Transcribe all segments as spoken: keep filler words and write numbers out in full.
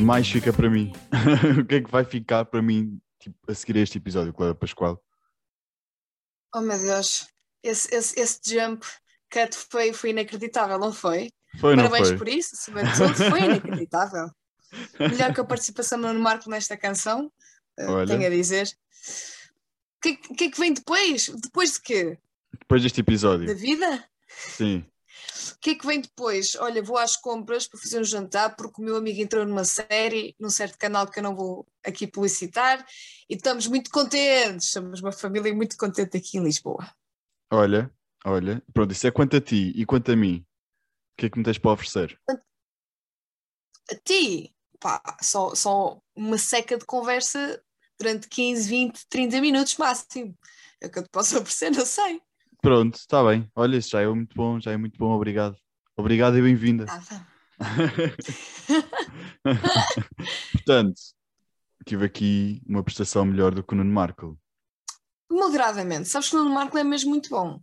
mais fica para mim? O que é que vai ficar para mim tipo, a seguir a este episódio, Clara Pascoal? Oh meu Deus, esse, esse, esse jump cut foi, foi inacreditável, não foi? Foi, não Parabéns foi? por isso, acima de tudo, foi inacreditável. Melhor que a participação do Nuno Marco nesta canção, uh, tenho Olha, a dizer. O que, é- que é que vem depois? Depois de quê? depois deste Da episódio, vida? sim. O que é que vem depois? Olha, vou às compras para fazer um jantar porque o meu amigo entrou numa série, num certo canal que eu não vou aqui publicitar, e estamos muito contentes. Somos uma família muito contente aqui em Lisboa. Olha, olha, pronto, isso é quanto a ti e quanto a mim. O que é que me tens para oferecer? A ti, pá, só, só uma seca de conversa durante quinze, vinte, trinta minutos máximo. É o que eu te posso oferecer, não sei. Pronto, está bem. Olha, isso já é muito bom, já é muito bom, obrigado. Obrigado e bem-vinda. Nada. Portanto, tive aqui uma prestação melhor do que o Nuno Marco. Moderadamente. Sabes que o Nuno Marco é mesmo muito bom.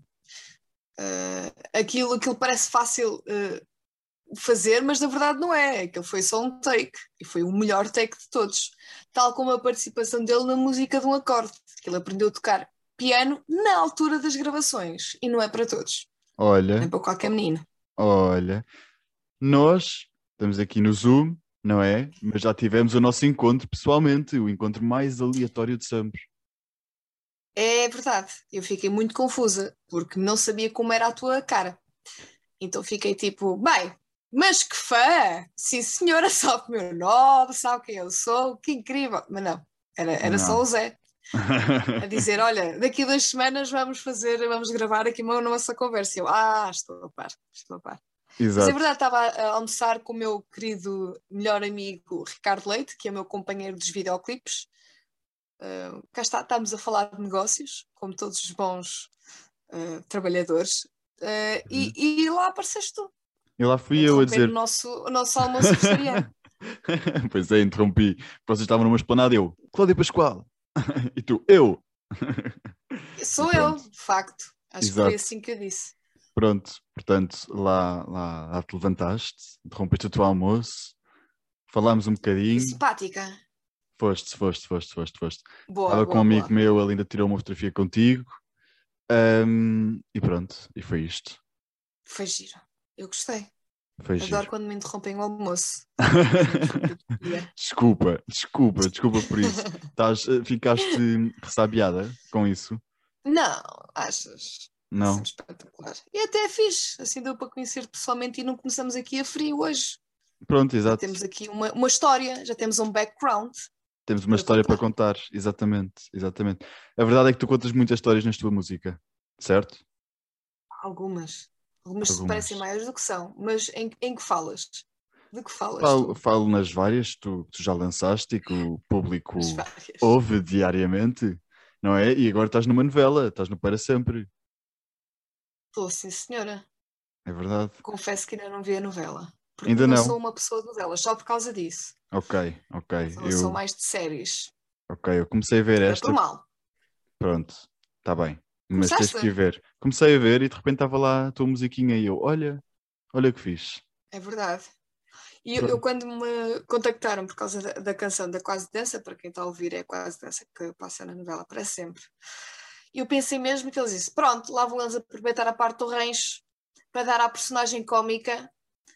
Uh, aquilo, aquilo parece fácil uh, fazer, mas na verdade não é. Aquilo foi só um take. E foi o melhor take de todos. Tal como a participação dele na música de um acorde. Que ele aprendeu a tocar piano na altura das gravações. E não é para todos. Nem Olha, para qualquer menino. olha, nós estamos aqui no Zoom, não é? Mas já tivemos o nosso encontro pessoalmente, o encontro mais aleatório de sempre. É verdade, eu fiquei muito confusa, porque não sabia como era a tua cara. Então fiquei tipo, bem, mas que fã! Sim senhora, sabe o meu nome, sabe quem eu sou, que incrível! Mas não, era, era só Não. o Zé a dizer, olha, daqui a duas semanas vamos fazer, vamos gravar aqui uma nossa conversa. E eu, ah, estou a par, estou a par. Mas é Exato. verdade, estava a almoçar com o meu querido melhor amigo Ricardo Leite, que é o meu companheiro dos videoclipes. Uh, cá está, estamos a falar de negócios, como todos os bons uh, trabalhadores, uh, Uhum. e, e lá apareceste tu, E lá a fui eu a interromper o dizer. nosso, o nosso almoço vegetariano. Pois é, interrompi. Vocês estavam numa esplanada, eu, Cláudia Pascoal. E tu, eu. E Sou pronto. eu, de facto. Acho que foi Exato. assim que eu disse. Pronto. Portanto, lá, lá, lá te levantaste, interrompeste o teu almoço, falámos um Fui bocadinho. simpática. Foste, foste, foste, foste, foste. Boa, Estava com um boa, amigo boa. meu, ele ainda tirou uma fotografia contigo. Ahm, e pronto, e foi isto. Foi giro. Eu gostei. Foi Adoro giro. quando me interrompem o almoço. Faz menos falta do dia. Desculpa, desculpa, desculpa por isso. Estás, eh, ficaste ressabiada com isso? Não, achas? É Não? sempre espetacular. E até é fixe. Assim deu para conhecer pessoalmente e não começamos aqui a frio hoje. Pronto, Já exato. temos aqui uma, uma história, já temos um background Temos uma para história para contar. contar, exatamente, exatamente. A verdade é que tu contas muitas histórias na tua música, certo? Algumas. Algumas parecem Algumas. maiores do que são, mas em, em que falas? De que falas Falo, tu? falo nas várias que tu, que tu já lançaste e que o As público várias. ouve diariamente, não é? E agora estás numa novela, estás no Para Sempre, Estou, sim, senhora. é verdade. Confesso que ainda não vi a novela. Porque Ainda não não? sou uma pessoa de novelas, só por causa disso. Ok, ok. Sou, sou Eu, mais de séries. ok, eu comecei a ver Não é por esta, mal. pronto, está bem. Mas tens que ir Começaste? ver. Comecei a ver e de repente estava lá a tua musiquinha e eu, olha, olha que fixe. É verdade. E eu, eu Pronto. quando me contactaram por causa da, da canção da Quase Dança, para quem está a ouvir é Quase Dança que passa na novela para sempre, eu pensei mesmo que eles disseram, pronto, lá vão eles aproveitar a parte do rancho para dar à personagem cómica.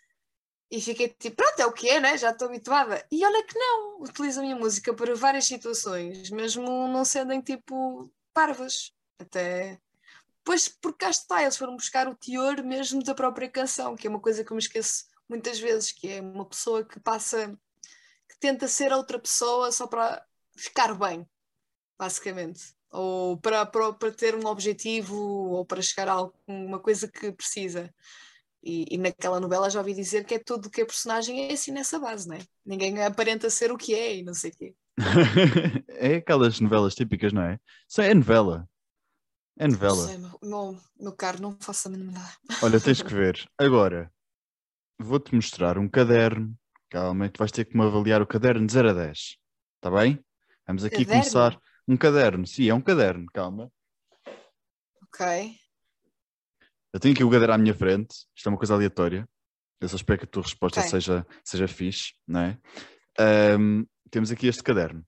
E fiquei tipo, pronto, é o que é, né? Já estou habituada. E olha que não, utilizo a minha música para várias situações, mesmo não sendo em tipo parvas. Até. Pois, porque cá está, eles foram buscar o teor mesmo da própria canção, que é uma coisa que eu me esqueço muitas vezes, que é uma pessoa que passa, que tenta ser outra pessoa só para ficar bem, basicamente. Ou para, para, para ter um objetivo, ou para chegar a alguma coisa que precisa. E, e naquela novela já ouvi dizer que é tudo que é personagem é assim nessa base, não é? Ninguém aparenta ser o que é e não sei o quê. É aquelas novelas típicas, não é? Isso é novela. É Não novela. sei, meu, meu, meu caro, não faço a mínima ideia. Olha, tens que ver. Agora, vou-te mostrar um caderno. Calma, tu vais ter que me avaliar o caderno de zero a dez. Está bem? Vamos aqui Caderno? começar. Um caderno, sim, é um caderno, calma. Ok. Eu tenho aqui o caderno à minha frente. Isto é uma coisa aleatória. Eu só espero que a tua resposta Ok. seja, seja fixe, não é? Um, temos aqui este caderno.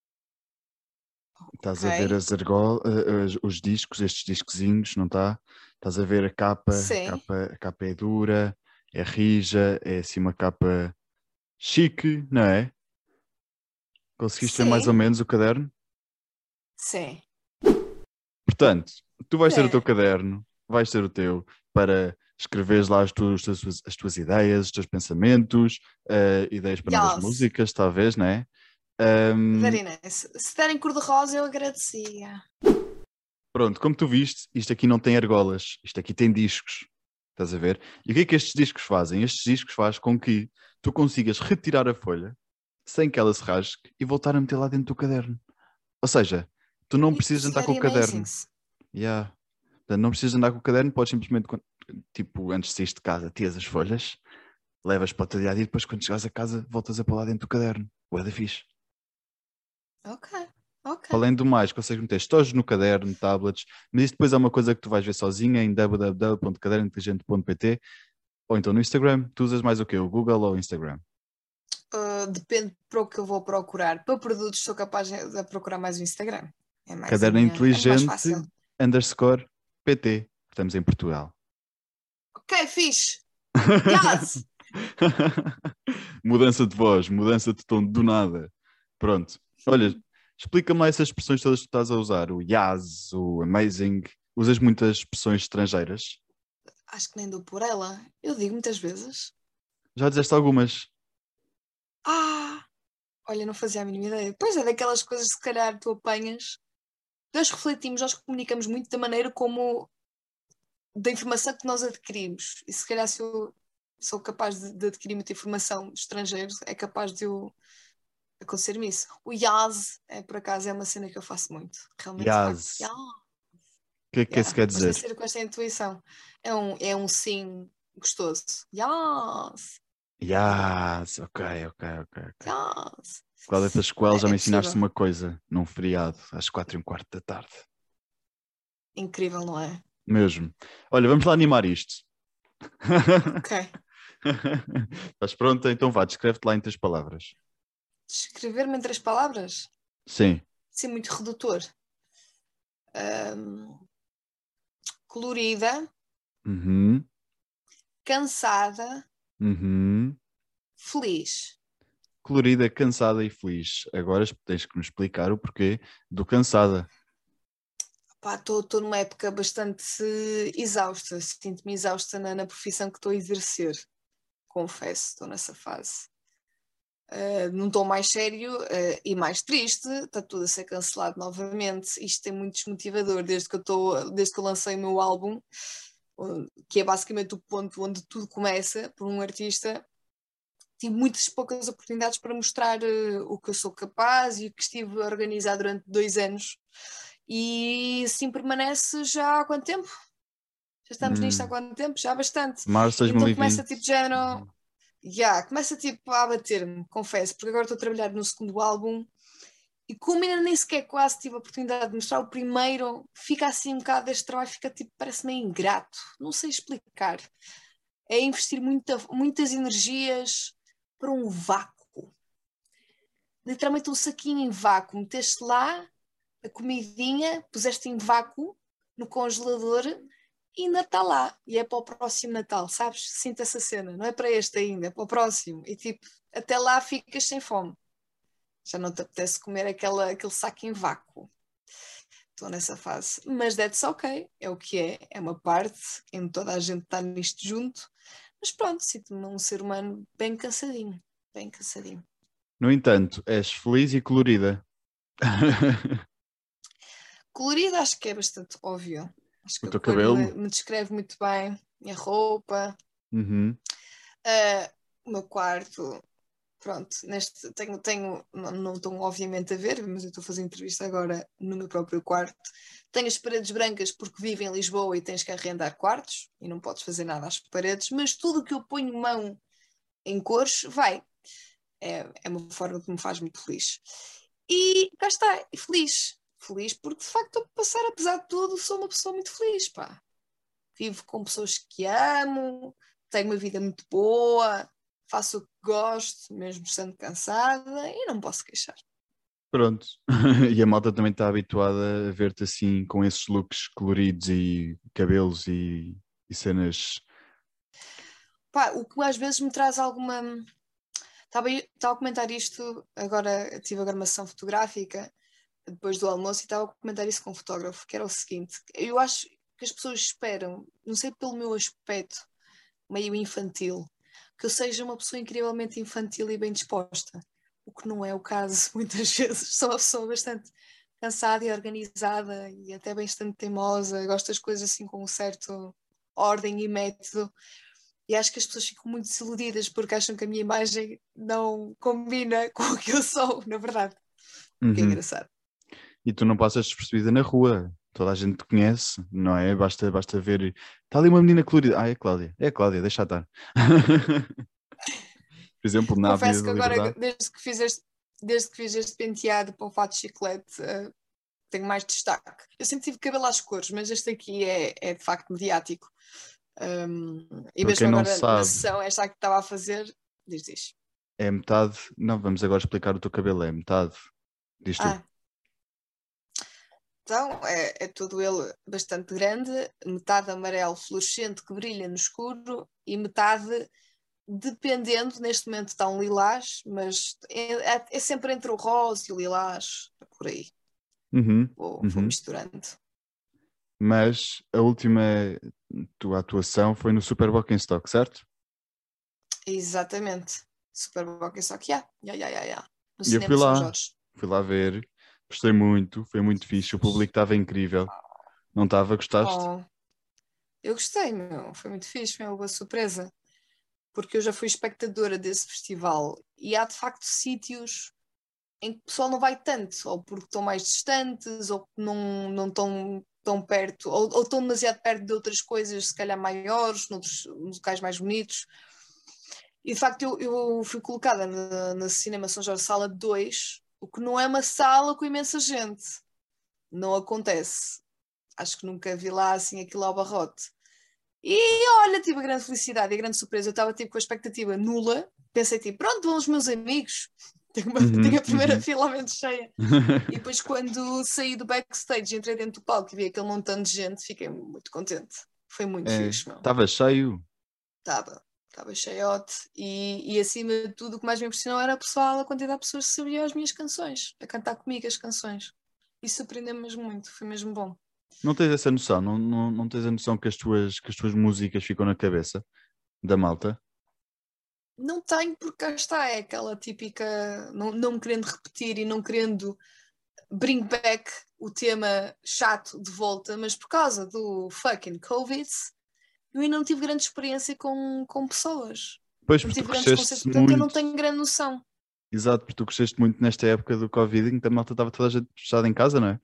Estás a ver Ok. as argolas, os discos, estes discozinhos, não está? Estás a ver a capa, a Sim, capa, a capa é dura, é rija, é assim uma capa chique, não é? Conseguiste ver mais ou sim, menos o caderno? sim. Portanto, tu vais ter o teu É. caderno, vais ter o teu para escreveres lá as tuas, as tuas, as tuas ideias, os teus pensamentos, eh, ideias para novas Yes. músicas, talvez, não é? Ahm, Very nice. Se derem cor-de-rosa, eu agradecia. pronto, como tu viste, isto aqui não tem argolas, isto aqui tem discos, estás a ver? E o que é que estes discos fazem? Estes discos fazem com que tu consigas retirar a folha sem que ela se rasgue e voltar a meter lá dentro do caderno. Ou seja, tu não precisas It's andar com o very amazing. caderno. Yeah. Portanto, não precisas andar com o caderno, podes simplesmente, tipo, antes de sair de casa, tiras as folhas, levas para o teu dia a dia e depois, quando chegares a casa, voltas a pôr lá dentro do caderno. Ué, da fixe. Ok, ok. Além do mais, consegues meter estojos no caderno, tablets, mas isso depois é uma coisa que tu vais ver sozinha em w w w ponto caderno inteligente ponto p t ou então no Instagram. Tu usas mais o quê? O Google ou o Instagram? Uh, depende para o que eu vou procurar. Para produtos, sou capaz de procurar mais o Instagram. É mais a Caderno minha. É mais fácil. inteligente underscore P T. Estamos em Portugal. Ok, fixe. Yes! Mudança de voz, mudança de tom do nada. Pronto. Olha, explica-me lá essas expressões todas que tu estás a usar. O yes, o amazing. Usas muitas expressões estrangeiras? Acho que nem dou por ela. Eu digo muitas vezes. Já disseste algumas. Ah! Olha, não fazia a mínima ideia. Pois é, daquelas coisas que se calhar tu apanhas. Nós refletimos, nós comunicamos muito da maneira como. Da informação que nós adquirimos. E se calhar se eu sou capaz de, de adquirir muita informação de estrangeiros, é capaz de eu acontecer-me isso. O Yaz, é, por acaso, é uma cena que eu faço muito. Realmente, de facto. Yes. Yeah, O que é que isso yeah. quer Mas tem dizer? de ser com esta intuição. É um, é um sim gostoso. Yes, Yes. Ok, ok, ok, ok. yes. Cláudia Pascoal, já É, me é ensinaste possível. uma coisa num feriado, às quatro e um quarto da tarde. Incrível, não é? Mesmo. Olha, vamos lá animar isto. Ok. Estás pronta? Então vá, descreve-te lá em três palavras. Descrever-me em três palavras? Sim. Ser muito redutor. Ahm, colorida, Uhum. cansada, Uhum. feliz. Colorida, cansada e feliz. Agora tens que me explicar o porquê do cansada. Estou numa época bastante exausta. Sinto-me exausta na, na profissão que estou a exercer. Confesso, estou nessa fase. Uh, num tom mais sério uh, e mais triste, está tudo a ser cancelado novamente. Isto é muito desmotivador desde que eu, tô, desde que eu lancei o meu álbum, uh, que é basicamente o ponto onde tudo começa por um artista. Tive muitas poucas oportunidades para mostrar uh, o que eu sou capaz e o que estive a organizar durante dois anos. E assim permanece já há quanto tempo? Já estamos nisto há Hum. quanto tempo? Já há bastante. Março de Então começa tipo de dois mil e vinte. género. Uhum. Yeah, começa tipo a abater-me, confesso, porque agora estou a trabalhar no segundo álbum e como ainda nem sequer quase tive a oportunidade de mostrar o primeiro, fica assim um bocado deste trabalho, fica tipo, parece meio ingrato, não sei explicar. É investir muita, muitas energias para um vácuo. Literalmente um saquinho em vácuo, meteste lá a comidinha, puseste em vácuo no congelador e ainda está lá. E é para o próximo Natal, sabes? Sinto essa cena. Não é para este ainda, é para o próximo. E tipo, até lá ficas sem fome. Já não te apetece comer aquela, aquele saco em vácuo. Estou nessa fase. Mas that's ok. É o que é. É uma parte em toda a gente está nisto junto. Mas pronto, sinto-me um ser humano bem cansadinho. Bem cansadinho. No entanto, és feliz e colorida. Colorido acho que é bastante óbvio. Acho O que a teu cor me, cabelo? me descreve muito bem. Minha roupa, Uhum. uh, o meu quarto. Pronto, neste tenho, tenho não, não estão obviamente a ver, mas eu estou a fazer entrevista agora no meu próprio quarto. Tenho as paredes brancas porque vivo em Lisboa e tens que arrendar quartos e não podes fazer nada às paredes, mas tudo o que eu ponho mão em cores vai. É, é uma forma que me faz muito feliz. E cá está, e feliz. Feliz porque de facto estou a passar, apesar de tudo, sou uma pessoa muito feliz, pá. Vivo com pessoas que amo, tenho uma vida muito boa, faço o que gosto, mesmo estando cansada, e não me posso queixar. Pronto. E a malta também está habituada a ver-te assim, com esses looks coloridos e cabelos e, e cenas. Pá, o que às vezes me traz alguma... Estava a comentar isto, agora tive a gravação fotográfica, depois do almoço, e estava a comentar isso com um fotógrafo, que era o seguinte: eu acho que as pessoas esperam, não sei, pelo meu aspecto meio infantil, que eu seja uma pessoa incrivelmente infantil e bem disposta, o que não é o caso muitas vezes. Sou uma pessoa bastante cansada e organizada e até bastante teimosa, gosto das coisas assim com um certo ordem e método, e acho que as pessoas ficam muito desiludidas porque acham que a minha imagem não combina com o que eu sou, na verdade. O que é Uhum. engraçado. E tu não passas despercebida na rua. Toda a gente te conhece, não é? Basta, basta ver. Está ali uma menina colorida. Ah, é a Cláudia. É a Cláudia, deixa estar. Por exemplo, na Avenida Confesso que da agora, Liberdade. desde que fiz este, desde que fiz este penteado para o fato de chiclete, uh, tenho mais destaque. Eu sempre tive cabelo às cores, mas este aqui é, é de facto mediático. Um, e Para mesmo quem não agora na sabe, sessão, esta que estava a fazer, diz, diz. é metade. Não, vamos agora explicar o teu cabelo. É metade. Diz tu. Ah, então é, é todo ele bastante grande, metade amarelo fluorescente que brilha no escuro e metade, dependendo, neste momento está um lilás, mas é, é, é sempre entre o rosa e o lilás, por aí. Uhum, Vou, vou uhum. misturando. Mas a última tua atuação foi no Super Stock, certo? Exatamente. Super Boca, só que há. Ya, ya, ya, ya. No E eu fui cinema São lá. Jorge. Fui lá ver. Gostei muito. Foi muito fixe. O público estava incrível. Não estava? Gostaste? Oh, eu gostei, meu. Foi muito fixe, foi uma boa surpresa. Porque eu já fui espectadora desse festival e há de facto sítios em que o pessoal não vai tanto, ou porque estão mais distantes, ou porque não, não estão tão perto, ou, ou estão demasiado perto de outras coisas, se calhar maiores, noutros locais mais bonitos. E de facto eu, eu fui colocada na, na Cinema São Jorge Sala dois, o que não é uma sala com imensa gente. Não acontece. Acho que nunca vi lá assim aquilo ao barrote. E olha, tive a grande felicidade e a grande surpresa. Eu estava tipo, com a expectativa nula. Pensei tipo, pronto, vão os meus amigos. Tenho, uma, Uhum, tenho a primeira uhum. fila à mente cheia. E depois quando saí do backstage, entrei dentro do palco e vi aquele montão de gente, fiquei muito contente. Foi muito É, fixe, meu. estava cheio. Estava. Estava cheiote. E, e acima de tudo, o que mais me impressionou era o pessoal, a quantidade de pessoas que sabiam as minhas canções, a cantar comigo as canções. Isso surpreendeu-me mesmo muito. Foi mesmo bom. Não tens essa noção? Não, não, não tens a noção que as tuas, que as tuas músicas ficam na cabeça da malta? Não tenho, porque cá está, é aquela típica, não, não me querendo repetir e não querendo bring back o tema chato de volta, mas por causa do fucking Covid, eu ainda não tive grande experiência com, com pessoas. Pois, Não porque tu tive grandes concertos, cresceste portanto eu não muito. tenho grande noção. Exato, porque tu cresceste muito nesta época do Covid em que a malta estava toda a gente fechada em casa, não é?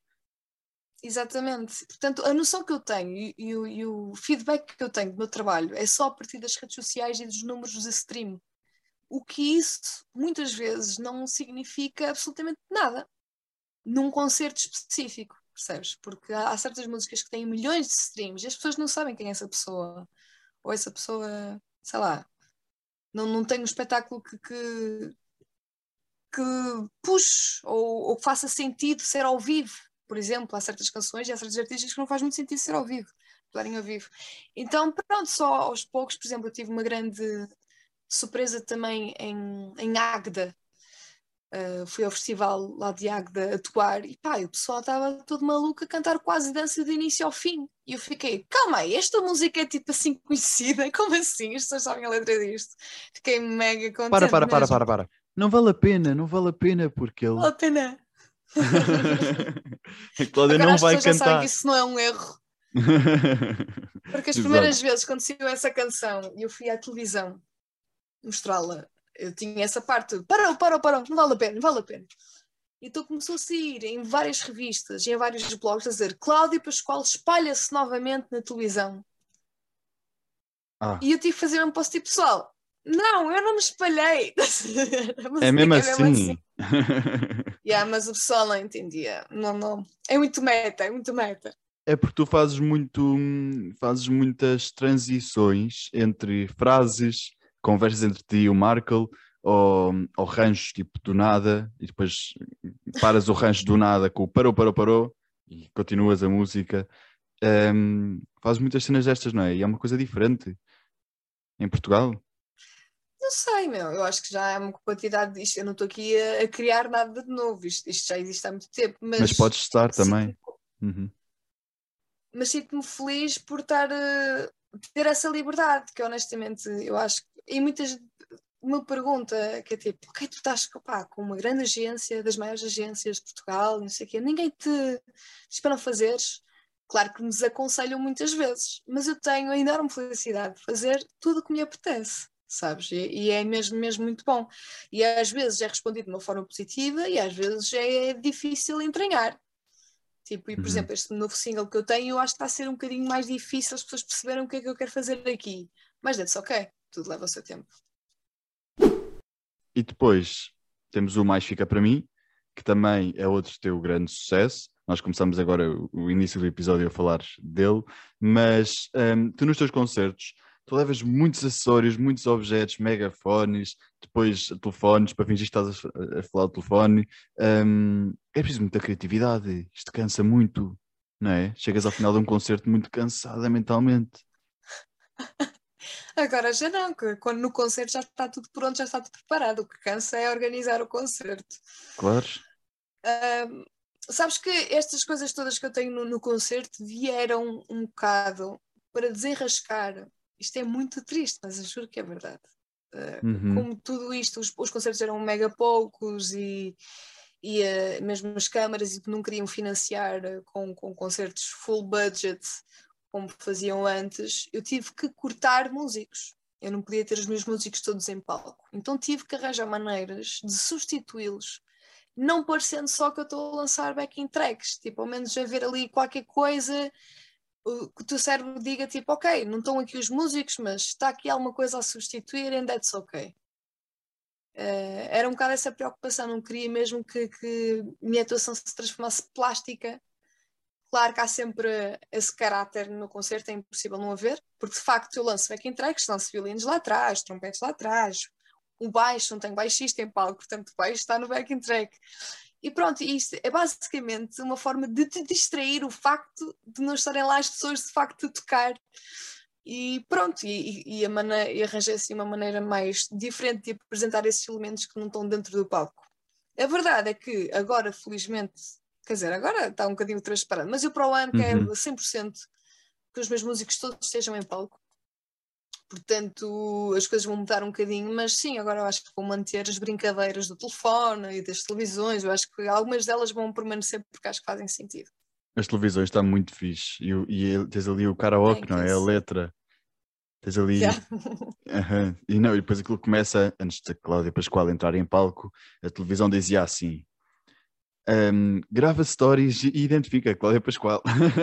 Exatamente. Portanto, a noção que eu tenho e, e, o, e o feedback que eu tenho do meu trabalho é só a partir das redes sociais e dos números de stream. O que isso, muitas vezes, não significa absolutamente nada num concerto específico, percebes? Porque há, há certas músicas que têm milhões de streams e as pessoas não sabem quem é essa pessoa. Ou essa pessoa, sei lá, não, não tem um espetáculo que, que, que puxe ou, ou faça sentido ser ao vivo. Por exemplo, há certas canções e há certos artistas que não faz muito sentido ser ao vivo, estarem ao vivo. Então, pronto, só aos poucos, por exemplo, eu tive uma grande surpresa também em, em Águeda. Uh, fui ao festival lá de Águeda atuar e pá, o pessoal estava todo maluco a cantar quase dança de início ao fim. E eu fiquei, calma aí, esta música é tipo assim conhecida? Como assim? As pessoas sabem a letra disto? Fiquei mega Para, contente para, para, mesmo. para, para. Não vale a pena, não vale a pena porque ele. Vale a pena. A Cláudia Agora não as vai pessoas já sabem que cantar. isso não é um erro. Porque as Exato. primeiras vezes, quando saiu essa canção e eu fui à televisão mostrá-la, eu tinha essa parte, parou, parou, parou, não vale a pena, não vale a pena. Então começou a sair em várias revistas e em vários blogs a dizer Cláudia Pascoal espalha-se novamente na televisão. Ah, E eu tive que fazer um post tipo, pessoal, não, eu não me espalhei. A é mesmo música é mesmo assim. assim. Yeah, mas o pessoal não entendia. Não, não. É muito meta, é muito meta. É porque tu fazes muito, fazes muitas transições entre frases conversas entre ti e o Markle, ou, ou ranchos tipo do nada, e depois paras o rancho do nada com o parou, parou, parou, e continuas a música. Um, fazes muitas cenas destas, não é? E é uma coisa diferente em Portugal. Não sei, meu, eu acho que já é uma quantidade disto. Eu não estou aqui a, a criar nada de novo, isto, isto já existe há muito tempo, mas, Mas podes estar também. sinto-me, Uhum. mas sinto-me feliz por estar a ter essa liberdade, que honestamente eu acho que. E muitas. Uma pergunta que é tipo, ok, tu estás pá, com uma grande agência, das maiores agências de Portugal, não sei o quê, ninguém te diz para não fazeres. Claro que me desaconselham muitas vezes, mas eu tenho a enorme felicidade de fazer tudo o que me apetece, sabes? E, e é mesmo, mesmo muito bom. E às vezes é respondido de uma forma positiva e às vezes é difícil entranhar. Tipo, e por Uhum. exemplo, este novo single que eu tenho, eu acho que está a ser um bocadinho mais difícil as pessoas perceberem o que é que eu quero fazer aqui. Mas that's ok, tudo leva o seu tempo. E depois temos o Mais Fica Para Mim, que também é outro teu grande sucesso. Nós começamos agora o, o início do episódio a falar dele, mas um, tu nos teus concertos, tu levas muitos acessórios, muitos objetos, megafones, depois telefones, para fingir que estás a, a falar ao telefone. Um, é preciso muita criatividade, isto cansa muito, não é? Chegas ao final de um concerto muito cansada mentalmente. Agora já não, que quando no concerto já está tudo pronto, já está tudo preparado. O que cansa é organizar o concerto. Claro. Um, sabes que estas coisas todas que eu tenho no, no concerto vieram um bocado para desenrascar. Isto é muito triste, mas eu juro que é verdade. Uh, Uhum. como tudo isto, os, os concertos eram mega poucos e, e uh, mesmo as câmaras não queriam financiar uh, com, com concertos full budget como faziam antes, eu tive que cortar músicos. Eu não podia ter os meus músicos todos em palco. Então tive que arranjar maneiras de substituí-los, não parecendo só que eu estou a lançar backing tracks, tipo, ao menos haver ali qualquer coisa que o teu cérebro diga, tipo, ok, não estão aqui os músicos, mas está aqui alguma coisa a substituir and that's ok. Uh, era um bocado essa preocupação, não queria mesmo que, que a minha atuação se transformasse plástica. Claro que há sempre esse caráter no concerto, é impossível não haver, porque de facto eu lanço backing tracks, lanço violinos lá atrás, trompetes lá atrás, o baixo, não tenho baixista em palco, portanto o baixo está no backing track. E pronto, isto é basicamente uma forma de te distrair o facto de não estarem lá as pessoas de facto a tocar. E pronto, e, e, a maneira, e arranjei assim uma maneira mais diferente de apresentar esses elementos que não estão dentro do palco. A verdade é que agora, felizmente, quer dizer, agora está um bocadinho transparente, mas eu para o ano Uhum. quero cem por cento que os meus músicos todos estejam em palco. Portanto, as coisas vão mudar um bocadinho, mas sim, agora eu acho que vou manter as brincadeiras do telefone e das televisões, eu acho que algumas delas vão permanecer porque acho que fazem sentido. As televisões está muito fixe. E, o- e tens ali o karaoke, Thank não you. é? A letra. Tens Yeah. ali. Aham. E não, e depois aquilo começa, antes da Cláudia Pascoal entrar em palco, a televisão dizia assim: um, grava stories e identifica a Cláudia Pascoal.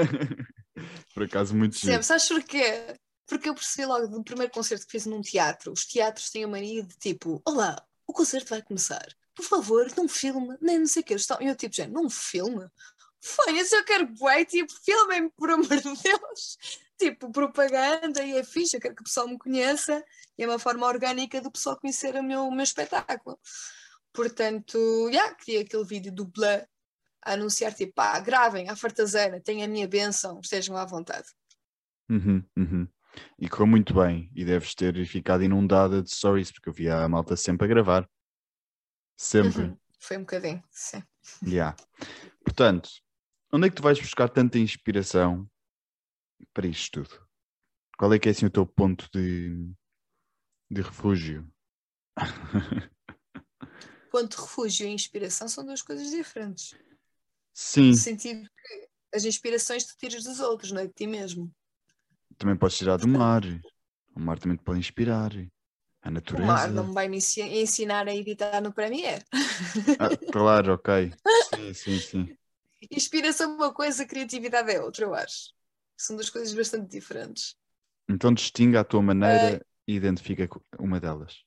Por acaso, muito giro. Sempre, sabes porquê? Porque eu percebi logo do primeiro concerto que fiz num teatro, os teatros têm a mania de tipo, olá, o concerto vai começar, por favor, não filme, nem não sei o que, e eu tipo, já, não filme? Fonha-se, eu quero bué, tipo, filmem-me, por amor de Deus. Tipo, propaganda e é fixe, eu quero que o pessoal me conheça e é uma forma orgânica do pessoal conhecer o meu, o meu espetáculo. Portanto, já, yeah, queria aquele vídeo do Blá a anunciar, tipo, pá, gravem, à fartazana, tenham a minha bênção, estejam à vontade. Uhum, uhum. E correu muito bem. E deves ter ficado inundada de stories, porque eu via a malta sempre a gravar. Sempre. Uhum, foi um bocadinho, sim. Yeah. Portanto, onde é que tu vais buscar tanta inspiração para isto tudo? Qual é que é assim o teu ponto de, de refúgio? Ponto de refúgio e inspiração são duas coisas diferentes. No Sim, sentido que as inspirações tu tiras dos outros, não é de ti mesmo. também podes tirar do mar. O mar também te pode inspirar. A O mar não natureza. me vai me ensinar a editar no Premiere. Ah, claro, ok. Sim, sim, sim. Inspiração é uma coisa, criatividade é outra, eu acho. São duas coisas bastante diferentes. Então distinga a tua Uh, maneira e identifica uma delas.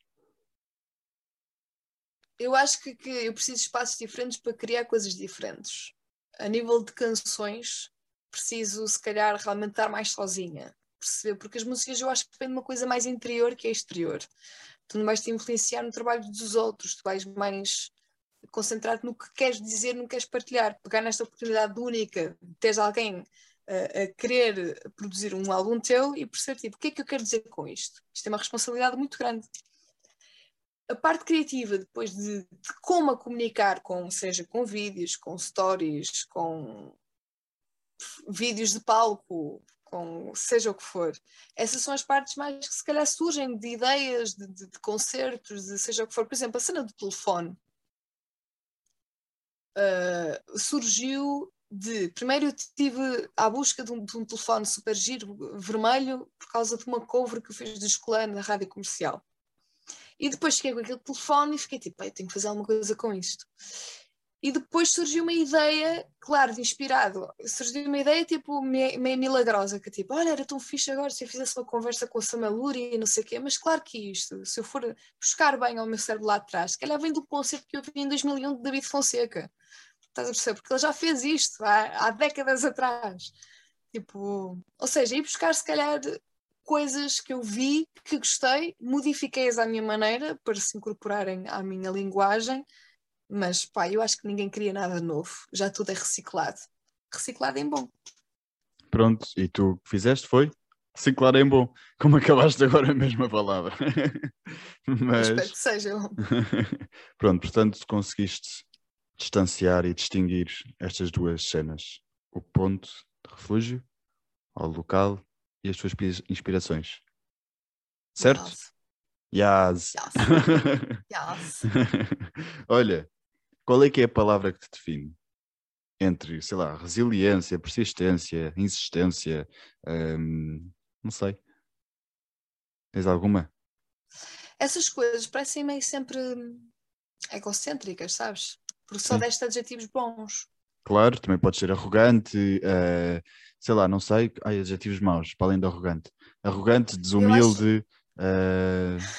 eu acho que, que eu preciso de espaços diferentes para criar coisas diferentes. A nível de canções, preciso, se calhar, realmente estar mais sozinha. perceber, porque as músicas eu acho que vêm de uma coisa mais interior que é exterior. Tu não vais te influenciar no trabalho dos outros, tu vais mais concentrar-te no que queres dizer, no que queres partilhar, pegar nesta oportunidade única de teres alguém a, a querer produzir um álbum teu e perceber, tipo, o que é que eu quero dizer com isto? Isto é uma responsabilidade muito grande. A parte criativa, depois de, de como a comunicar, com, seja com vídeos, com stories, com vídeos de palco, com seja o que for, essas são as partes mais que se calhar surgem de ideias, de, de, de concertos, de seja o que for. Por exemplo, a cena do telefone uh, surgiu de... Primeiro eu estive à busca de um, de um telefone super giro, vermelho, por causa de uma cover que eu fiz de escolar na rádio comercial. E depois cheguei com aquele telefone e fiquei tipo, eu tenho que fazer alguma coisa com isto. E depois surgiu uma ideia, claro, de inspirado, surgiu uma ideia tipo meio, meio milagrosa, que tipo, olha, era tão fixe agora se eu fizesse uma conversa com a Samaluri e não sei o quê, mas claro que isto, se eu for buscar bem ao meu cérebro lá atrás, se calhar vem do concerto que eu vi em dois mil e um de David Fonseca. Estás a perceber? Porque ele já fez isto há, há décadas atrás. Tipo, ou seja, ir buscar se calhar coisas que eu vi, que gostei, modifiquei-as à minha maneira para se incorporarem à minha linguagem, mas pá, eu acho que ninguém cria nada novo, já tudo é reciclado. Reciclado em bom. Pronto, e tu o que fizeste foi reciclar em bom, como acabaste agora mesmo a palavra. Mas... espero Mas que seja. pronto, portanto conseguiste distanciar e distinguir estas duas cenas, o ponto de refúgio, ao local e as tuas inspirações. Certo? Yes. Yes. Yes. Yes. Olha, qual é que é a palavra que te define? Entre, sei lá, resiliência, persistência, insistência, hum, não sei. Tens alguma? Essas coisas parecem meio sempre egocêntricas, sabes? Porque só Sim. deste adjetivos bons. Claro, também pode ser arrogante, uh, sei lá, não sei. Ai, adjetivos maus, para além de arrogante. Arrogante, desumilde, acho... uh,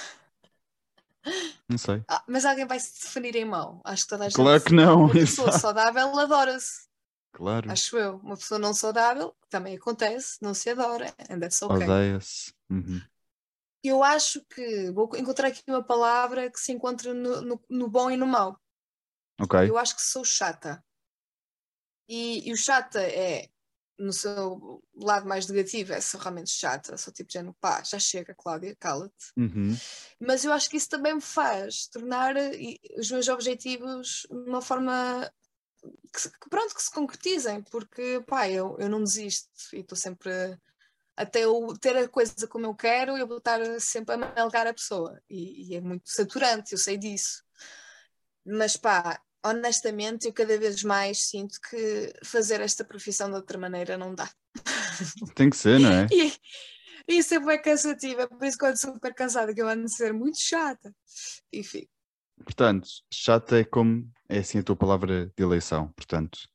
não sei. Ah, mas alguém vai se definir em mau. Acho que toda a Claro gente... que não. Uma pessoa saudável adora-se. Claro. Acho eu. Uma pessoa não saudável, também acontece, não se adora. And that's okay. Odeia-se. Uhum. Eu acho que vou encontrar aqui uma palavra que se encontra no, no, no bom e no mau. Ok. Eu acho que sou chata. E, e o chata é, no seu lado mais negativo, é sou realmente chata, sou tipo de género, pá, já chega, Cláudia, cala-te. Uhum. Mas eu acho que isso também me faz tornar os meus objetivos de uma forma que, que pronto, que se concretizem, porque pá, eu, eu não desisto e estou sempre, até eu ter a coisa como eu quero, eu vou estar sempre a malgar a pessoa e, e é muito saturante, eu sei disso. Mas pá, honestamente, eu cada vez mais sinto que fazer esta profissão de outra maneira não dá. Tem que ser, não é? E isso é bem cansativo, é por isso que eu ando super cansada, que eu ando a ser muito chata. Enfim. Portanto, chata é como, é assim a tua palavra de eleição, portanto.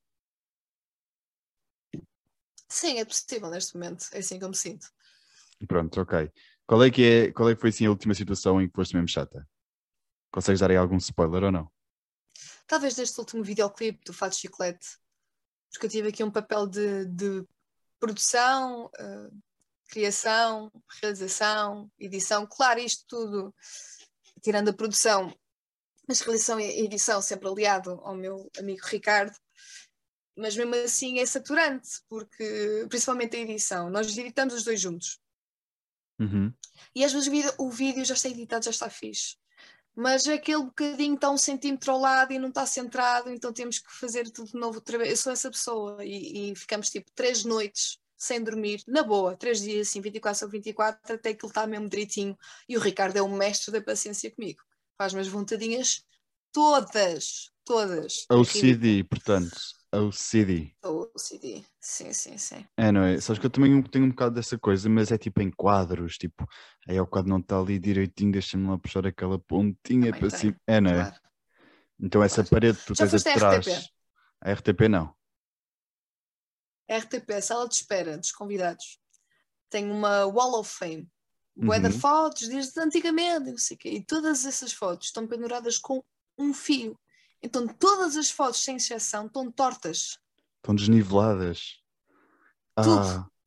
Sim, é possível neste momento, é assim que eu me sinto. Pronto, ok. Qual é que é, qual é que foi assim a última situação em que foste mesmo chata? Consegues dar aí algum spoiler ou não? Talvez neste último videoclipe do Fato Chiclete, porque eu tive aqui um papel de, de produção, uh, criação, realização, edição. Claro, isto tudo, tirando a produção, mas realização e edição sempre aliado ao meu amigo Ricardo. Mas mesmo assim é saturante, porque principalmente a edição, nós editamos os dois juntos. Uhum. E às vezes o vídeo, o vídeo já está editado, já está fixe. Mas aquele bocadinho está um centímetro ao lado e não está centrado, então temos que fazer tudo de novo outra vez. Eu sou essa pessoa e, e ficamos tipo três noites sem dormir, na boa, três dias assim, vinte e quatro sobre vinte e quatro, até que ele está mesmo direitinho. E o Ricardo é o mestre da paciência comigo. Faz-me as vontadinhas todas, todas. O É C D, ridículo. portanto. O C D. O C D, sim, sim, sim. É, não é? Sabes que eu também tenho um bocado dessa coisa, mas é tipo em quadros, tipo, aí o quadro não está ali direitinho, deixa-me lá puxar aquela pontinha Também para cima. tem, É, não é? claro, Então essa claro. parede que tu Já tens foste a R T P? atrás, a R T P não. A R T P, sala de espera dos convidados. Tem uma Wall of Fame. Bué de Uhum. fotos desde antigamente, não sei o quê. E todas essas fotos estão penduradas com um fio. Então todas as fotos, sem exceção, estão tortas. Estão desniveladas. Tudo, Ah,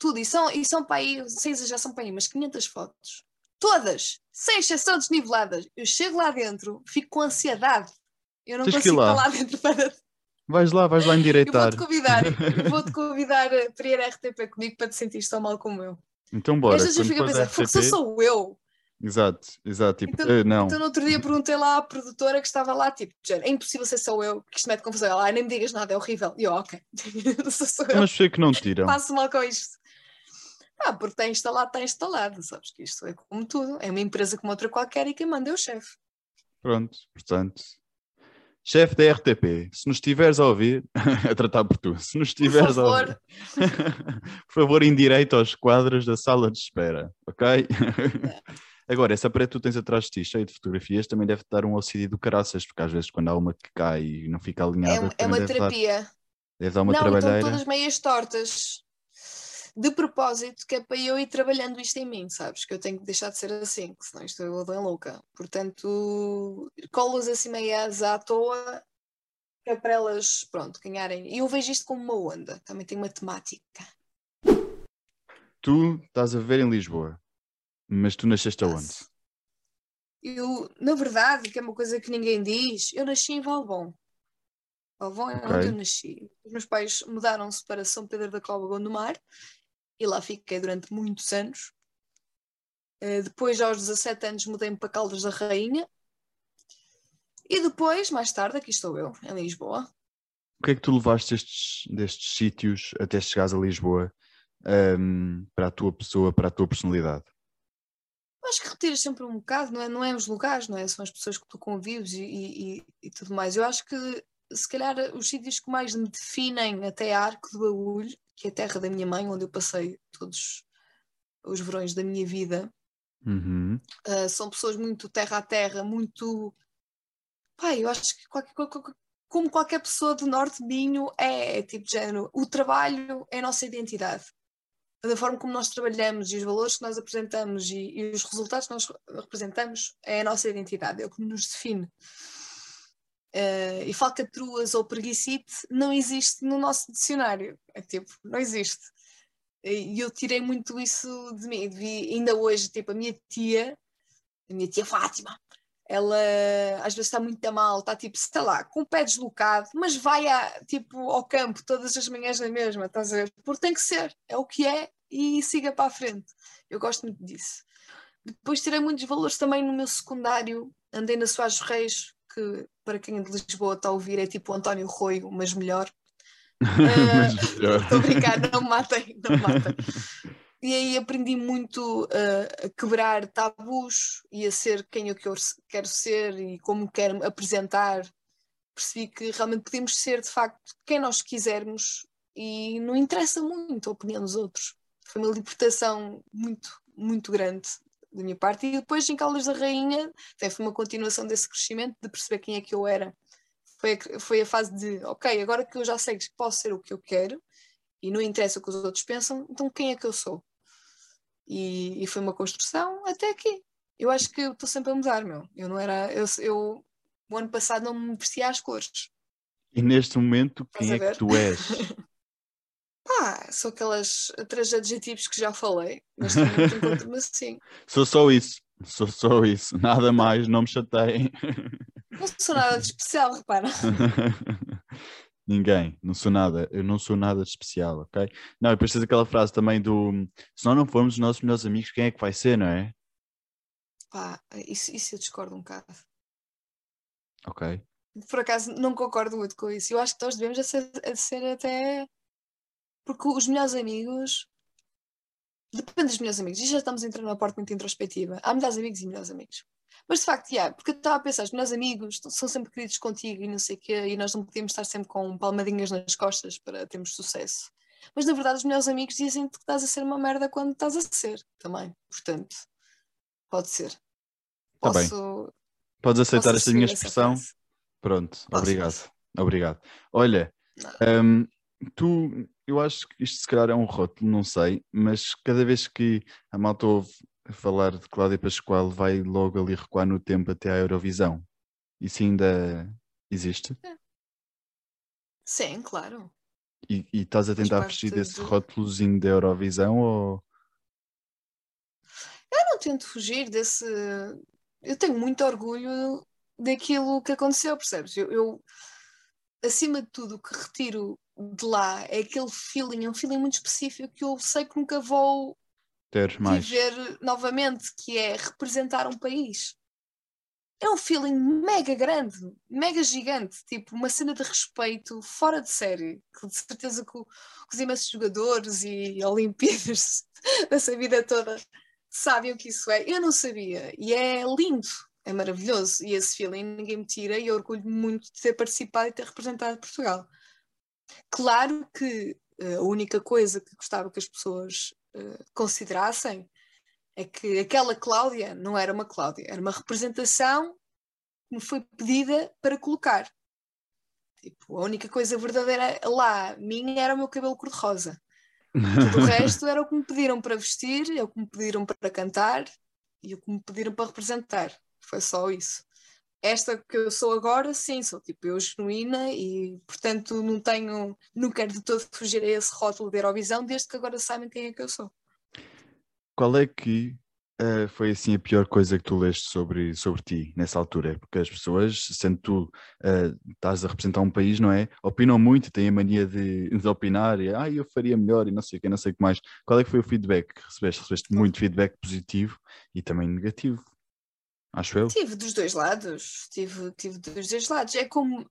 tudo. E são, e são para aí, sem exagerar, são para aí umas quinhentas fotos. Todas, sem exceção, desniveladas. Eu chego lá dentro, fico com ansiedade. Eu não Tens que ir consigo estar lá. lá dentro para... Vais lá, vais lá Eu endireitar. vou-te convidar, eu vou-te convidar para ir à R T P comigo para te sentir tão mal como eu. Então E às bora, vezes eu quando fico a fores à pensar, porque sou R T P... sou eu. Exato, exato. Tipo, Então, eh, não. então no outro dia perguntei lá à produtora que estava lá, tipo, é impossível ser só eu, que isto mete confusão. Ela, ah, nem me digas nada, é horrível. E eu, ok, sou só eu, Mas por que não tiram? passo mal com isto. Ah, porque está instalado, está instalado, sabes que isto é como tudo, é uma empresa como outra qualquer e quem manda é o chefe. Pronto, portanto... Chefe da R T P, se nos estiveres a ouvir, a tratar por tu, se nos estiveres a ouvir, por favor, endireita aos quadros da sala de espera, ok? Agora, essa parede que tu tens atrás de ti, cheia de fotografias, também deve dar um auxílio do caraças, porque às vezes quando há uma que cai e não fica alinhada, É, é também uma deve dar, terapia. deve dar uma Não, estão trabalheira. todas meias tortas. De propósito, que é para eu ir trabalhando isto em mim, sabes? Que eu tenho que deixar de ser assim, que senão isto eu dou em louca. Portanto, colas assim meias à toa, que é para elas, pronto, ganharem. E eu vejo isto como uma onda, também tem uma temática. Tu estás a viver em Lisboa, mas tu nasceste aonde? Passo. Eu, na verdade, que é uma coisa que ninguém diz, eu nasci em Valbom. Valbom é Ok. onde eu nasci. Os meus pais mudaram-se para São Pedro da Cova Gondomar e lá fiquei durante muitos anos. Uh, depois, aos dezassete anos, mudei-me para Caldas da Rainha. E depois, mais tarde, aqui estou eu, em Lisboa. O que é que tu levaste destes, destes sítios até chegares a Lisboa, um, para a tua pessoa, para a tua personalidade? Acho que retiras sempre um bocado, não é, não é os lugares, não é? São as pessoas que tu convives e, e, e tudo mais. Eu acho que, se calhar, os sítios que mais me definem até a Arco de Baúlho, que é a terra da minha mãe, onde eu passei todos os verões da minha vida, Uhum. uh, são pessoas muito terra a terra, muito... Pai, eu acho que qualquer, qualquer, como qualquer pessoa do Norte de Minho é, é tipo de género, o trabalho é a nossa identidade. Da forma como nós trabalhamos e os valores que nós apresentamos e, e os resultados que nós representamos é a nossa identidade, é o que nos define. Uh, e falcatruas ou preguicite não existe no nosso dicionário. É tipo, não existe. E eu tirei muito isso de mim. Vi, ainda hoje, tipo, a minha tia, a minha tia Fátima, ela às vezes está muito a mal, está tipo, sei lá, com o pé deslocado, mas vai a, tipo, ao campo todas as manhãs na mesma, estás a ver? Porque tem que ser, é o que é e siga para a frente. Eu gosto muito disso. Depois tirei muitos valores também no meu secundário, andei na Soares Reis, que para quem é de Lisboa está a ouvir é tipo o António Rui, mas melhor. Mas melhor. Estou uh, a brincar, não me matem, não me matem. E aí aprendi muito uh, a quebrar tabus e a ser quem eu quero ser e como quero me apresentar. Percebi que realmente podemos ser, de facto, quem nós quisermos e não interessa muito a opinião dos outros. Foi uma libertação muito, muito grande da minha parte. E depois, em Caldas da Rainha, até foi uma continuação desse crescimento, de perceber quem é que eu era. Foi a, foi a fase de, ok, agora que eu já sei que posso ser o que eu quero e não interessa o que os outros pensam, então quem é que eu sou? E, e foi uma construção até aqui. Eu acho que eu estou sempre a mudar, meu. Eu não era. Eu, eu o ano passado não me vestia às cores. E neste momento, Estás quem a é que ver? tu és? Pá, são aquelas três adjetivos que já falei. Neste momento encontro-me assim. Sou só isso. Sou só isso. Nada mais, não me chateiem. Não sou nada de especial, repara. Ninguém, não sou nada, eu não sou nada de especial, ok? Não, e depois tens aquela frase também do se nós não formos os nossos melhores amigos, quem é que vai ser, não é? Pá, isso, isso eu discordo um bocado. Ok. Por acaso não concordo muito com isso. Eu acho que nós devemos a ser, a ser até. Porque os melhores amigos. Depende dos melhores amigos. E já estamos a entrar numa parte muito introspectiva. Há melhores amigos e melhores amigos. Mas de facto, yeah, porque eu estava a pensar, os melhores amigos são sempre queridos contigo e não sei o quê, e nós não podemos estar sempre com palmadinhas nas costas para termos sucesso. Mas na verdade, os melhores amigos dizem que estás a ser uma merda quando estás a ser também. Portanto, pode ser. Está bem. Posso, Podes aceitar posso esta minha assumir essa expressão? frase. Pronto, Posso, obrigado. posso. Obrigado. Olha, Não. hum, tu, eu acho que isto se calhar é um rótulo, não sei, mas cada vez que a malta ouve falar de Cláudia Pascoal, vai logo ali recuar no tempo até à Eurovisão. Isso ainda existe? Sim, claro. E, e estás a Faz tentar parte fugir desse de... rótulozinho da Eurovisão ou... Eu não tento fugir desse... Eu tenho muito orgulho daquilo que aconteceu, percebes? Eu, eu acima de tudo, o que retiro de lá é aquele feeling, é um feeling muito específico que eu sei que nunca vou ter mais? viver novamente, que é representar um país. É um feeling mega grande, mega gigante, tipo uma cena de respeito fora de série, que de certeza que, o, que os imensos jogadores e Olimpíadas dessa vida toda sabem o que isso é. Eu não sabia, e é lindo, é maravilhoso, e esse feeling ninguém me tira, e eu orgulho-me muito de ter participado e ter representado Portugal. Claro que uh, a única coisa que gostava que as pessoas uh, considerassem é que aquela Cláudia não era uma Cláudia, era uma representação que me foi pedida para colocar. Tipo, a única coisa verdadeira lá minha era o meu cabelo cor-de-rosa. Tudo o resto era o que me pediram para vestir, é o que me pediram para cantar e o que me pediram para representar. Foi só isso. Esta que eu sou agora, sim, sou tipo eu genuína e, portanto, não tenho, não quero de todo fugir a esse rótulo de Eurovisão, desde que agora sabem quem é que eu sou. Qual é que uh, foi assim a pior coisa que tu leste sobre, sobre ti nessa altura? Porque as pessoas, sendo tu uh, estás a representar um país, não é? Opinam muito, têm a mania de, de opinar e ah, eu faria melhor e não sei o que, não sei o que mais. Qual é que foi o feedback que recebeste? Recebeste muito feedback positivo e também negativo, acho eu. Tive dos dois lados, tive, tive dos dois lados. É como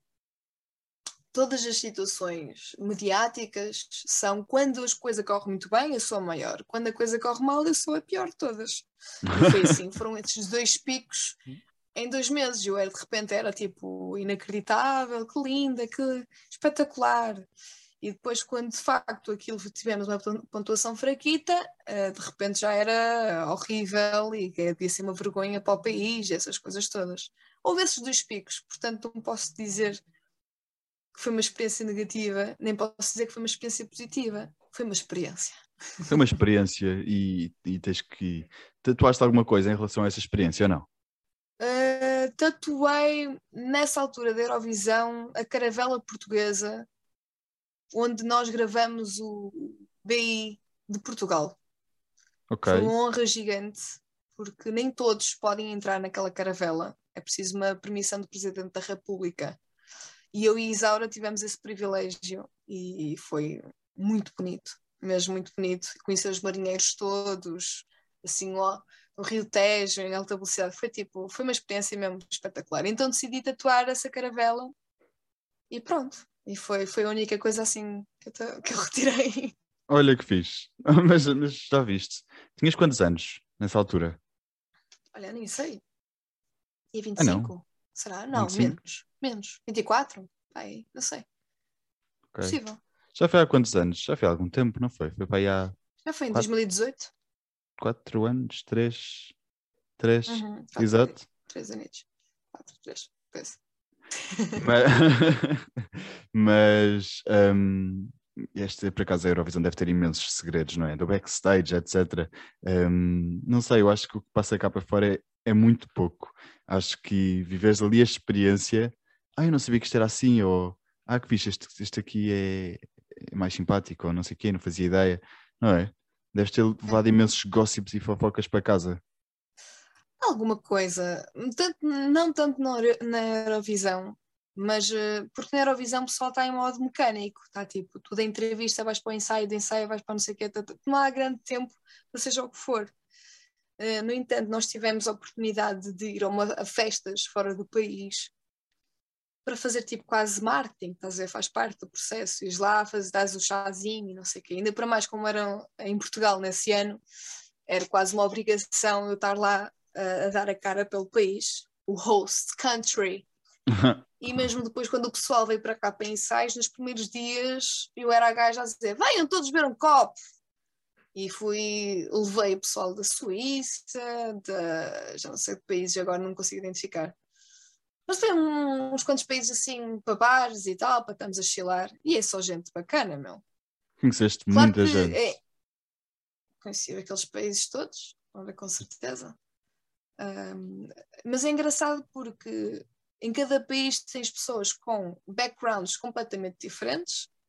todas as situações mediáticas são quando as coisas correm muito bem, eu sou a maior. Quando a coisa corre mal, eu sou a pior de todas. E foi assim, foram esses dois picos em dois meses. Eu era, de repente era tipo inacreditável, que linda, que espetacular. E depois, quando de facto aquilo tivemos uma pontuação fraquita, de repente já era horrível e que havia ser uma vergonha para o país, essas coisas todas. Houve esses dois picos, portanto não posso dizer que foi uma experiência negativa, nem posso dizer que foi uma experiência positiva. Foi uma experiência. Foi uma experiência e, e tens que... Tatuaste alguma coisa em relação a essa experiência ou não? Uh, tatuei nessa altura da Eurovisão a caravela portuguesa onde nós gravamos o B I de Portugal. Ok. Foi uma honra gigante porque nem todos podem entrar naquela caravela, é preciso uma permissão do Presidente da República e eu e Isaura tivemos esse privilégio e foi muito bonito, mesmo muito bonito, conhecer os marinheiros todos assim ó, no Rio Tejo em alta velocidade, foi tipo, foi uma experiência mesmo espetacular, então decidi tatuar essa caravela e pronto, e foi, foi a única coisa assim que eu, que eu retirei. Olha que fixe. Mas, mas já viste. Tinhas quantos anos nessa altura? Olha, nem sei, e Ah, não. vinte e cinco? Será? Não, vinte e cinco? menos, menos, vinte e quatro? Ai, não sei, Ok. possível. Já foi há quantos anos? Já foi há algum tempo, não foi? Foi para aí há Já foi em quatro, dois mil e dezoito? quatro anos? Três? Três? Uhum, quatro anos, Exato. três anos, quatro, três, penso. Mas, mas hum, este, por acaso, a Eurovisão deve ter imensos segredos, não é? Do backstage, etcétera. Hum, não sei, eu acho que o que passa cá para fora é, é muito pouco. Acho que viveres ali a experiência. Ah, eu não sabia que isto era assim, ou ah, que fixe, este, este aqui é, é mais simpático, ou não sei o quê, não fazia ideia, não é? Deves ter É. levado imensos gossips e fofocas para casa. Alguma coisa, tanto, não tanto na, Euro- na Eurovisão, mas eh, porque na Eurovisão o pessoal está em modo mecânico, está tipo, tu da entrevista vais para o ensaio, de ensaio vais para não sei o quê, tá- tá- não há grande tempo para seja o que for. Eh, no entanto, nós tivemos a oportunidade de ir a, uma, a festas fora do país para fazer tipo quase marketing, estás a ver? Faz parte do processo, ires lá, faz, dás o chazinho e não sei o quê. Ainda para mais como eram em Portugal nesse ano, era quase uma obrigação eu estar lá uh, a dar a cara pelo país, o host country. E mesmo depois, quando o pessoal veio para cá para ensaios, nos primeiros dias eu era a gaja a dizer: venham todos beber um copo. E fui, levei o pessoal da Suíça, da, já não sei de países, agora não consigo identificar. Mas tem um, uns quantos países assim para bares e tal, para estarmos a chilar. E é só gente bacana, meu. Conheceste Claro muita que gente. é, conheci aqueles países todos, olha, com certeza. Um, mas é engraçado porque em cada país tens pessoas com backgrounds completamente diferentes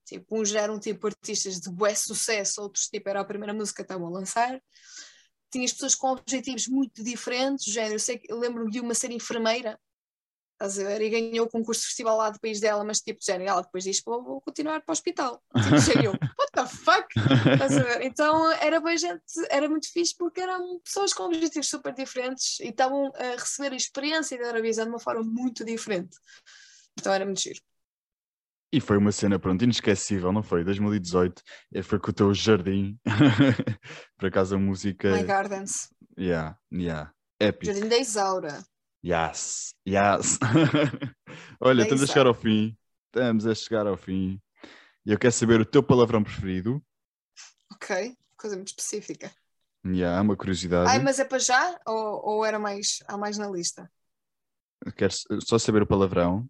Tipo, uns eram tipo artistas de bué sucesso, outros tipo era a primeira música que estavam a lançar. Tinhas pessoas com objetivos muito diferentes, género, eu, sei, eu lembro-me de uma ser enfermeira, estás a ver, e ganhou o concurso de festival lá do país dela, mas tipo, género, ela depois diz, vou, vou continuar para o hospital. Tipo, género, what the fuck? Estás a ver? Então era bem gente, era muito fixe porque eram pessoas com objetivos super diferentes e estavam a receber a experiência da Eurovisão de uma forma muito diferente. Então era muito giro. E foi uma cena, pronto, inesquecível, não foi? dois mil e dezoito, foi com o teu jardim. Por acaso a música... My Gardens. Yeah, yeah. Épico. Jardim da Isaura. Yes, yes. Olha, estamos a chegar ao fim. Estamos a chegar ao fim. E eu quero saber o teu palavrão preferido. Ok, coisa muito específica. Yeah, uma curiosidade. Ai, mas é para já? Ou, ou era mais, há mais na lista? Quero só saber o palavrão.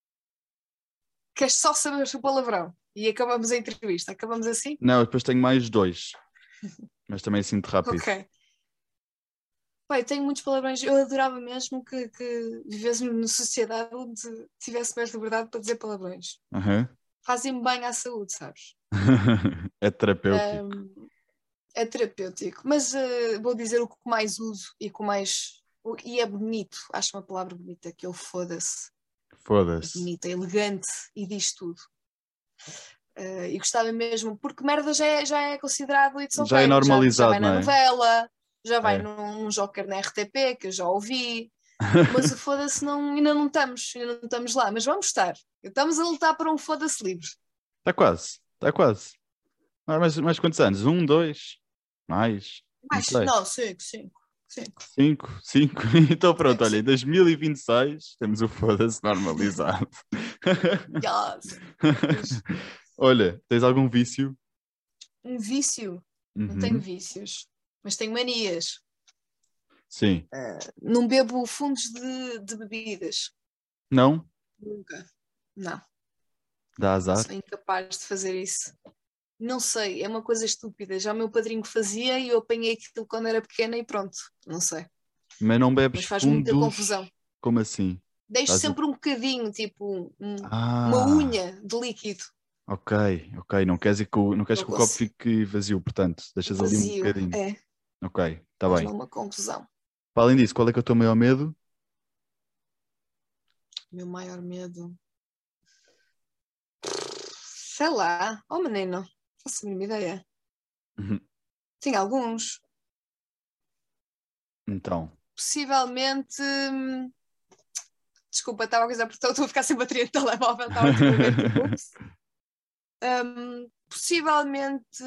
Queres só saber o palavrão? E acabamos a entrevista. Acabamos assim? Não, depois tenho mais dois. Mas também sinto rápido. Ok. Pai, tenho muitos palavrões. Eu adorava mesmo que, que vivêssemos numa sociedade onde tivesse mais liberdade para dizer palavrões. Uhum. Fazem-me bem à saúde, sabes? É terapêutico. Um, é terapêutico. Mas uh, vou dizer o que mais uso e que mais... O, e é bonito. Acho uma palavra bonita. Que eu foda-se. Foda-se. É bonita, elegante e diz tudo. Uh, e gostava mesmo, porque merda já é, já é considerado it's okay, já é normalizado, já, já vai na não é? novela, já vai É. num, num Joker na R T P, que eu já ouvi, mas o foda-se não, ainda não estamos, ainda não estamos lá, mas vamos estar. Estamos a lutar para um foda-se livre. Está quase, está quase. Ah, mas, mas quantos anos? Um, dois? Mais? Mais, não, sei. não, cinco, cinco. Cinco. Cinco, cinco. Então pronto, É, olha, em dois mil e vinte e seis temos o foda-se normalizado. Yes. Olha, tens algum vício? Um vício? Uhum. Não tenho vícios, mas tenho manias. Sim. Uh, não bebo fundos de, de bebidas. Não? Nunca. Não. Dá azar? Sou incapaz de fazer isso. Não sei, é uma coisa estúpida. Já o meu padrinho fazia e eu apanhei aquilo quando era pequena e pronto, não sei. Mas não bebes Mas faz fundos? muita confusão. Como assim? Deixo Estás sempre a... um bocadinho, tipo um, ah, uma unha de líquido. Ok, ok. Não queres, ir com, não queres Não que o copo consigo. fique vazio, portanto, deixas ali um Vazio, bocadinho. é. Ok, está Faz bem. uma confusão. Para além disso, qual é que é o teu maior medo? Meu maior medo. Sei lá, oh menino, não faço a mínima ideia. Uhum. Tem alguns. Então. Possivelmente. hum, Desculpa, estava a coisa porque estou a ficar sem bateria de telemóvel, estava tipo a ver tipo, ups. Um, possivelmente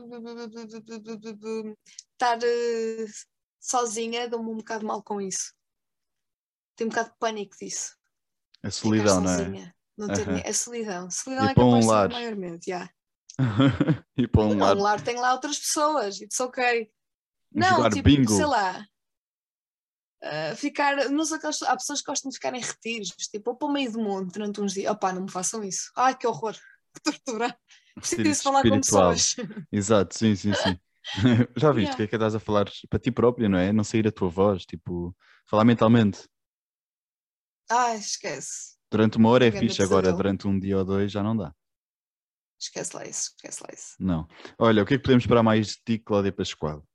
estar uh, sozinha, dou-me um bocado mal com isso. Tenho um bocado de pânico disso. A solidão, Ficar não é? sozinha, não ter Uhum. ninguém. A solidão. A solidão E é para capaz um de ser lar. o maior medo. Yeah. E para um Não, lar. um lar tem lá outras pessoas, it's ok. Não, Jogar tipo, bingo. sei lá. Uh, ficar, não sei, aquelas, há pessoas que gostam de ficar em retiros, tipo, ou para o meio do mundo durante uns dias. Opá, não me façam isso. Ai, que horror, que tortura. Preciso falar espiritual. com pessoas. Exato, sim, sim, sim. Já viste o Yeah. que é que estás a falar para ti própria, não é? Não sair a tua voz, tipo, falar mentalmente. Ai, esquece. Durante uma hora é Um grande fixe, agora pesadelo. durante um dia ou dois já não dá. Esquece lá isso, esquece lá isso. Não. Olha, o que é que podemos esperar mais de ti, Cláudia Pascoal?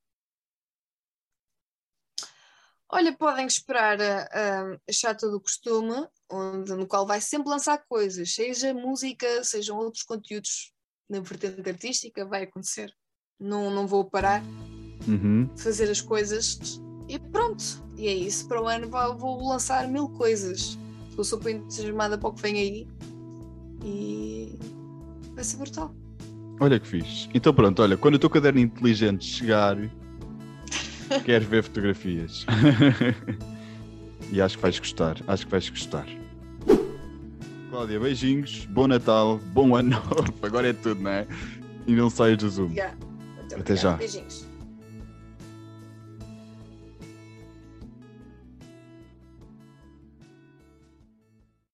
Olha, podem esperar a, a, a Chata do Costume, onde, no qual vai sempre lançar coisas, seja música, sejam outros conteúdos na vertente artística, vai acontecer. Não, não vou parar Uhum. de fazer as coisas e pronto. E é isso. Para o ano vou, vou lançar mil coisas. Estou super entusiasmada para o que vem aí e vai ser brutal. Olha que fixe. Então pronto, olha, quando o teu caderno inteligente chegar, queres ver fotografias. E acho que vais gostar, acho que vais gostar. Cláudia, beijinhos, bom Natal, bom ano novo, agora é tudo, não é? E não saias do Zoom. Yeah. Muito Até obrigada. já. Beijinhos.